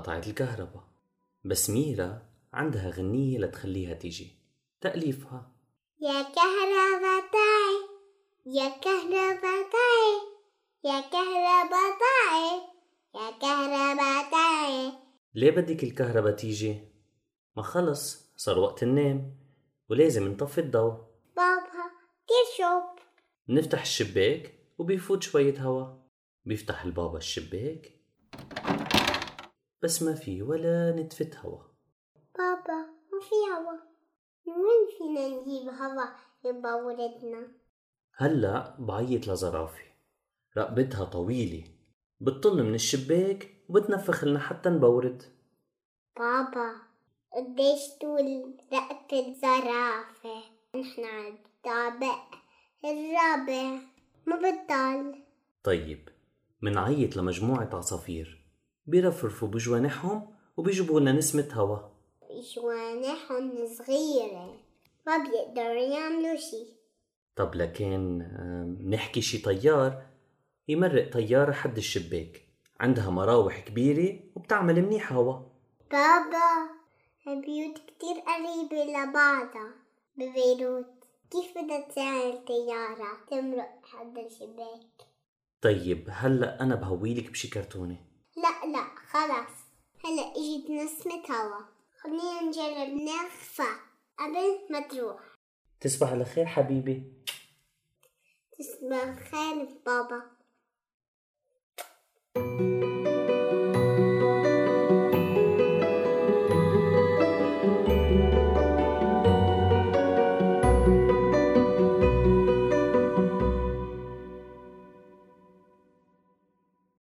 انقطعت الكهرباء، بس ميرا عندها غنية لتخليها تيجي. تأليفها: يا كهرباء تعي، يا كهرباء تعي، يا كهرباء تعي، يا كهرباء تعي. ليه بدك الكهرباء تيجي؟ ما خلص صار وقت النوم ولازم نطفي الضوء. بابا كيف شوف؟ نفتح الشباك وبيفوت شوية هوا. بيفتح البابا الشباك بس ما في ولا نتفة هوا. بابا ما في هوا، من وين فينا نجيب هوا يبوردنا؟ هلأ بعيط لزرافة، رقبتها طويلة، بتطل من الشباك وبتنفخ لنا حتى نبورد. بابا قديش طول رقبة زرافة؟ نحن على الطابق الرابع، ما بتضل. طيب منعيط لمجموعة عصافير، بيرفرفوا بجوانحهم وبيجيبوا لنا نسمة هوا. جوانحهم صغيرة ما بيقدروا يعملوا شي. طب لكن نحكي شي طيار يمرق طيارة حد الشباك، عندها مراوح كبيرة وبتعمل منيح هوا. بابا البيوت كتير قريبة لبعضها ببيروت، كيف بدها تساعد طيارة تمرق حد الشباك؟ طيب هلأ أنا بهويلك بشي كرتونة. لا خلاص، هلأ اجت نسمة هوا، خلينا نجرب نخفى قبل ما تروح. تصبح على خير حبيبي. تصبح خير بابا.